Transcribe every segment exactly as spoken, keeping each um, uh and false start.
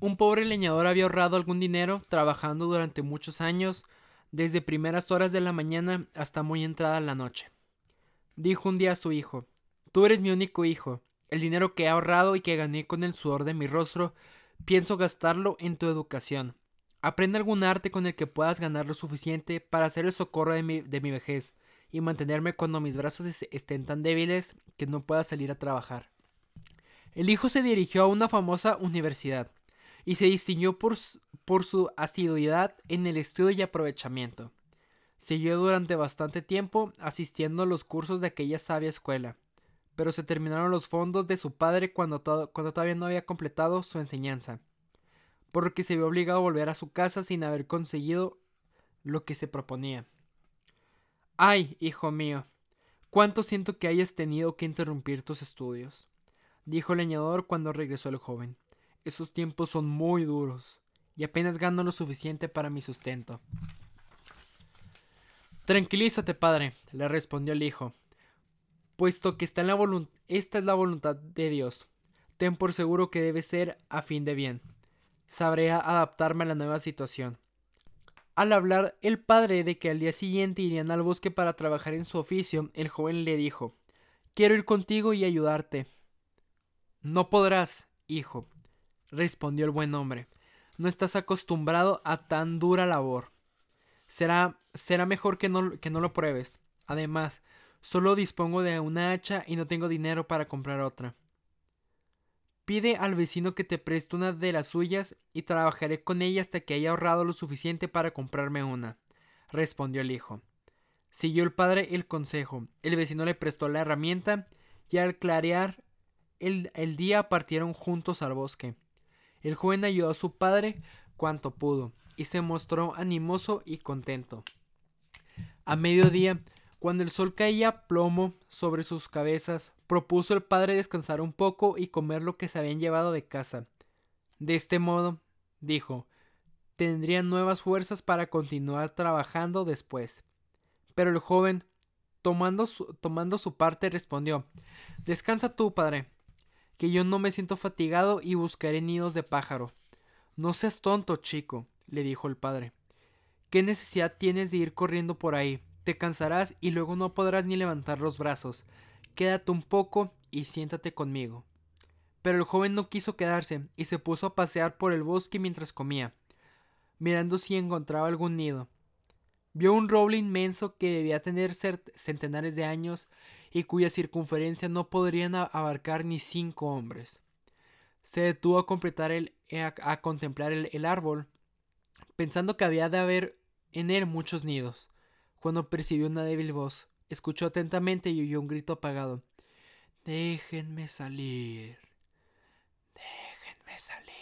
Un pobre leñador había ahorrado algún dinero trabajando durante muchos años, desde primeras horas de la mañana hasta muy entrada la noche. Dijo un día a su hijo: Tú eres mi único hijo. El dinero que he ahorrado y que gané con el sudor de mi rostro, pienso gastarlo en tu educación. Aprende algún arte con el que puedas ganar lo suficiente para hacer el socorro de mi, de mi vejez y mantenerme cuando mis brazos es- estén tan débiles que no pueda salir a trabajar. El hijo se dirigió a una famosa universidad y se distinguió por, s- por su asiduidad en el estudio y aprovechamiento. Siguió durante bastante tiempo asistiendo a los cursos de aquella sabia escuela, pero se terminaron los fondos de su padre cuando, to- cuando todavía no había completado su enseñanza, por lo que se vio obligado a volver a su casa sin haber conseguido lo que se proponía. Ay, hijo mío, cuánto siento que hayas tenido que interrumpir tus estudios, dijo el leñador cuando regresó el joven. Esos tiempos son muy duros, y apenas gano lo suficiente para mi sustento. Tranquilízate, padre, le respondió el hijo, puesto que está en la volunt- esta es la voluntad de Dios. Ten por seguro que debe ser a fin de bien. Sabré adaptarme a la nueva situación. Al hablar el padre de que al día siguiente irían al bosque para trabajar en su oficio, el joven le dijo: Quiero ir contigo y ayudarte. No podrás, hijo, respondió el buen hombre. No estás acostumbrado a tan dura labor. Será, será mejor que no, que no lo pruebes. Además, solo dispongo de una hacha y no tengo dinero para comprar otra. Pide al vecino que te preste una de las suyas y trabajaré con ella hasta que haya ahorrado lo suficiente para comprarme una, respondió el hijo. Siguió el padre el consejo. El vecino le prestó la herramienta y al clarear el, el día partieron juntos al bosque. El joven ayudó a su padre cuanto pudo y se mostró animoso y contento. A mediodía, cuando el sol caía a plomo sobre sus cabezas, propuso el padre descansar un poco y comer lo que se habían llevado de casa. De este modo, dijo, tendrían nuevas fuerzas para continuar trabajando después. Pero el joven, tomando su, tomando su parte, respondió: Descansa tú, padre, que yo no me siento fatigado y buscaré nidos de pájaro. No seas tonto, chico, le dijo el padre. ¿Qué necesidad tienes de ir corriendo por ahí? Te cansarás y luego no podrás ni levantar los brazos. Quédate un poco y siéntate conmigo. Pero el joven no quiso quedarse y se puso a pasear por el bosque mientras comía, mirando si encontraba algún nido. Vio un roble inmenso que debía tener centenares de años y cuya circunferencia no podrían abarcar ni cinco hombres. Se detuvo a, completar el, a, a contemplar el, el árbol, pensando que había de haber en él muchos nidos, cuando percibió una débil voz. Escuchó atentamente y oyó un grito apagado. Déjenme salir, déjenme salir,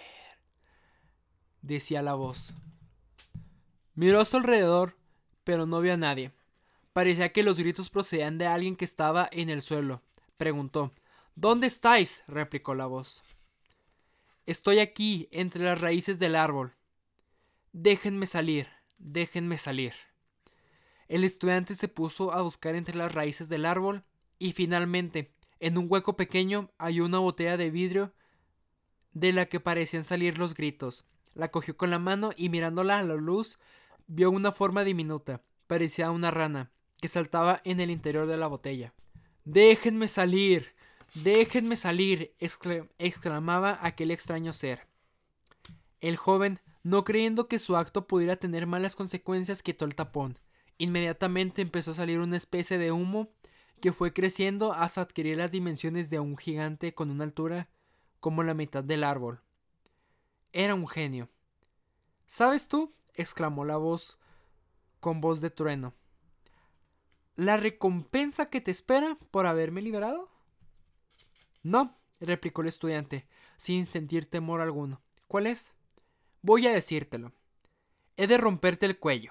decía la voz. Miró a su alrededor, pero no vio a nadie. Parecía que los gritos procedían de alguien que estaba en el suelo. Preguntó. ¿Dónde estáis? Replicó la voz. Estoy aquí, entre las raíces del árbol. Déjenme salir, déjenme salir. El estudiante se puso a buscar entre las raíces del árbol y finalmente, en un hueco pequeño, halló una botella de vidrio de la que parecían salir los gritos. La cogió con la mano y mirándola a la luz, vio una forma diminuta, parecía una rana, que saltaba en el interior de la botella. ¡Déjenme salir! ¡Déjenme salir! Excl- exclamaba aquel extraño ser. El joven, no creyendo que su acto pudiera tener malas consecuencias, quitó el tapón. Inmediatamente empezó a salir una especie de humo que fue creciendo hasta adquirir las dimensiones de un gigante con una altura como la mitad del árbol. Era un genio. ¿Sabes tú? Exclamó la voz con voz de trueno. ¿La recompensa que te espera por haberme liberado? No, replicó el estudiante, sin sentir temor alguno. ¿Cuál es? Voy a decírtelo. He de romperte el cuello.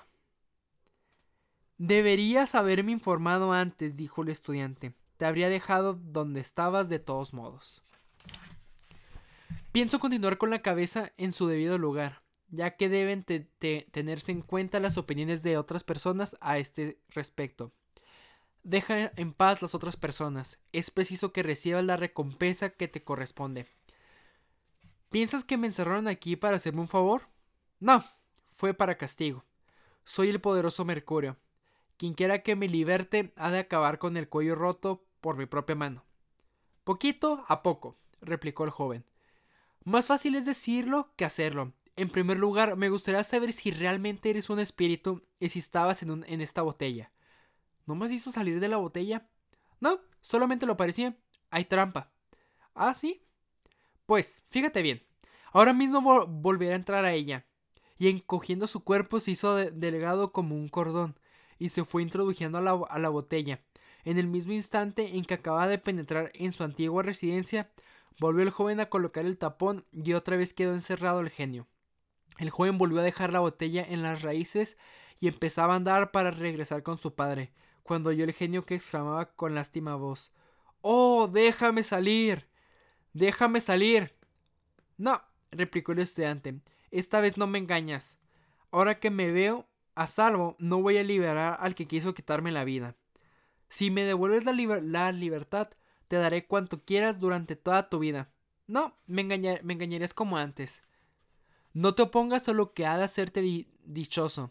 Deberías haberme informado antes, dijo el estudiante. Te habría dejado donde estabas de todos modos. Pienso continuar con la cabeza en su debido lugar, ya que deben te te tenerse en cuenta las opiniones de otras personas a este respecto. Deja en paz las otras personas. Es preciso que recibas la recompensa que te corresponde. ¿Piensas que me encerraron aquí para hacerme un favor? No, fue para castigo. Soy el poderoso Mercurio. Quien quiera que me liberte ha de acabar con el cuello roto por mi propia mano. Poquito a poco, replicó el joven. Más fácil es decirlo que hacerlo. En primer lugar, me gustaría saber si realmente eres un espíritu y si estabas en, un, en esta botella. ¿No me has visto salir de la botella? No, solamente lo parecía. Hay trampa. ¿Ah, sí? Pues, fíjate bien. Ahora mismo vol- volverá a entrar a ella. Y encogiendo su cuerpo se hizo de- delgado como un cordón y se fue introduciendo a la, a la botella. En el mismo instante en que acababa de penetrar en su antigua residencia, volvió el joven a colocar el tapón y otra vez quedó encerrado el genio. El joven volvió a dejar la botella en las raíces y empezaba a andar para regresar con su padre, cuando oyó el genio que exclamaba con lástima voz: ¡Oh, déjame salir! ¡Déjame salir! No, replicó el estudiante, esta vez no me engañas. Ahora que me veo a salvo, no voy a liberar al que quiso quitarme la vida. Si me devuelves la, liber- la libertad, te daré cuanto quieras durante toda tu vida. No, me, engañar- me engañarías como antes. No te opongas a lo que ha de hacerte di- dichoso,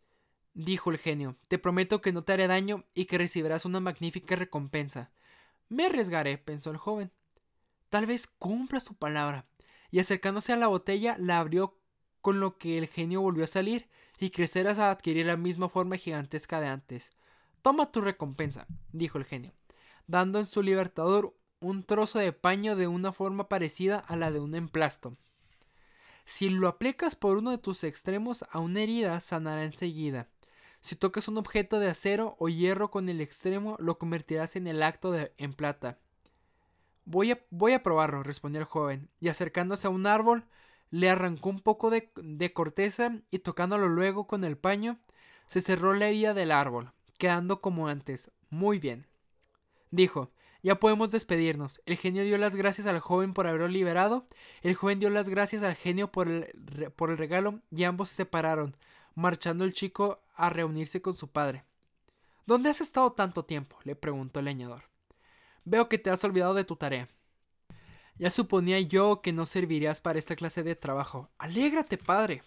dijo el genio. Te prometo que no te haré daño y que recibirás una magnífica recompensa. Me arriesgaré, pensó el joven. Tal vez cumpla su palabra. Y acercándose a la botella, la abrió, con lo que el genio volvió a salir y crecer hasta adquirir la misma forma gigantesca de antes. Toma tu recompensa, dijo el genio, dando en su libertador un trozo de paño de una forma parecida a la de un emplasto. Si lo aplicas por uno de tus extremos a una herida, sanará enseguida. Si tocas un objeto de acero o hierro con el extremo, lo convertirás en el acto de, en plata. Voy a, voy a probarlo, respondió el joven, y acercándose a un árbol, le arrancó un poco de, de corteza y tocándolo luego con el paño, se cerró la herida del árbol, quedando como antes. Muy bien, dijo. Ya podemos despedirnos. El genio dio las gracias al joven por haberlo liberado. El joven dio las gracias al genio por el, por el regalo y ambos se separaron, marchando el chico a reunirse con su padre. ¿Dónde has estado tanto tiempo?, le preguntó el leñador. Veo que te has olvidado de tu tarea. Ya suponía yo que no servirías para esta clase de trabajo. Alégrate, padre,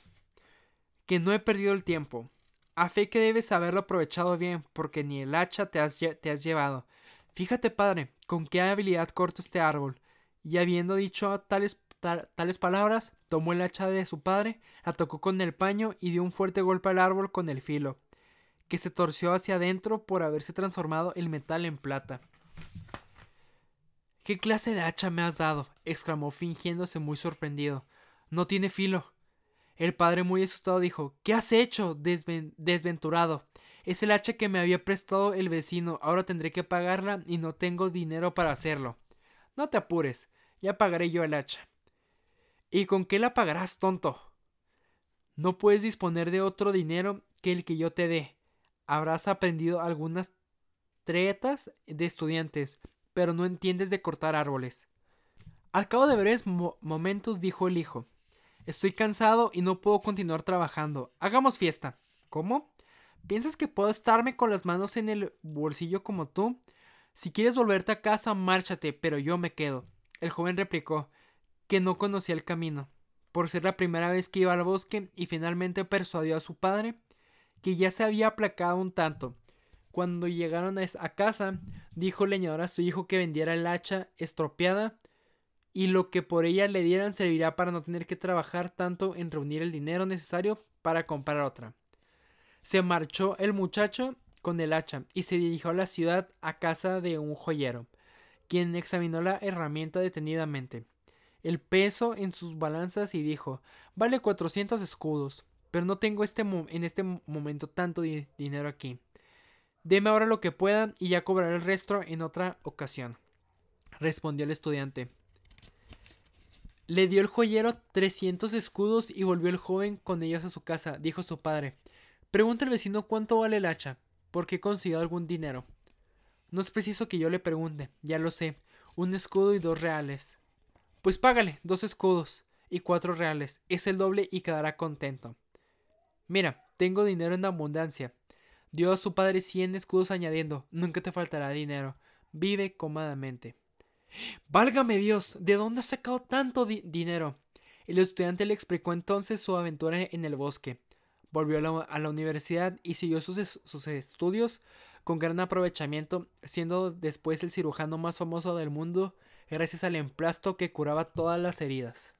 que no he perdido el tiempo. A fe que debes haberlo aprovechado bien, porque ni el hacha te has, te has llevado. Fíjate, padre, con qué habilidad corto este árbol. Y habiendo dicho tales, ta, tales palabras, tomó el hacha de su padre, la tocó con el paño y dio un fuerte golpe al árbol con el filo, que se torció hacia adentro por haberse transformado el metal en plata. ¿Qué clase de hacha me has dado?, exclamó fingiéndose muy sorprendido. No tiene filo. El padre, muy asustado, dijo: ¿Qué has hecho, desven- desventurado? Es el hacha que me había prestado el vecino. Ahora tendré que pagarla y no tengo dinero para hacerlo. No te apures, ya pagaré yo el hacha. ¿Y con qué la pagarás, tonto? No puedes disponer de otro dinero que el que yo te dé. Habrás aprendido algunas tretas de estudiantes, pero no entiendes de cortar árboles. Al cabo de breves mo- momentos dijo el hijo: Estoy cansado y no puedo continuar trabajando. Hagamos fiesta. ¿Cómo? ¿Piensas que puedo estarme con las manos en el bolsillo como tú? Si quieres volverte a casa, márchate, pero yo me quedo. El joven replicó que no conocía el camino, por ser la primera vez que iba al bosque, y finalmente persuadió a su padre, que ya se había aplacado un tanto. Cuando llegaron a casa, dijo el leñador a su hijo que vendiera el hacha estropeada, y lo que por ella le dieran servirá para no tener que trabajar tanto en reunir el dinero necesario para comprar otra. Se marchó el muchacho con el hacha y se dirigió a la ciudad, a casa de un joyero, quien examinó la herramienta detenidamente, el peso en sus balanzas, y dijo: Vale cuatrocientos escudos, pero no tengo este mo- en este momento tanto di- dinero aquí. Deme ahora lo que pueda y ya cobraré el resto en otra ocasión, respondió el estudiante. Le dio el joyero trescientos escudos y volvió el joven con ellos a su casa. Dijo su padre: Pregunta al vecino cuánto vale el hacha, porque he conseguido algún dinero. No es preciso que yo le pregunte, ya lo sé, un escudo y dos reales. Pues págale dos escudos y cuatro reales, es el doble y quedará contento. Mira, tengo dinero en abundancia. Dio a su padre cien escudos añadiendo: Nunca te faltará dinero, vive cómodamente. ¡Válgame Dios! ¿De dónde has sacado tanto di- dinero? El estudiante le explicó entonces su aventura en el bosque. Volvió a la, a la universidad y siguió sus, sus estudios con gran aprovechamiento, siendo después el cirujano más famoso del mundo gracias al emplasto que curaba todas las heridas.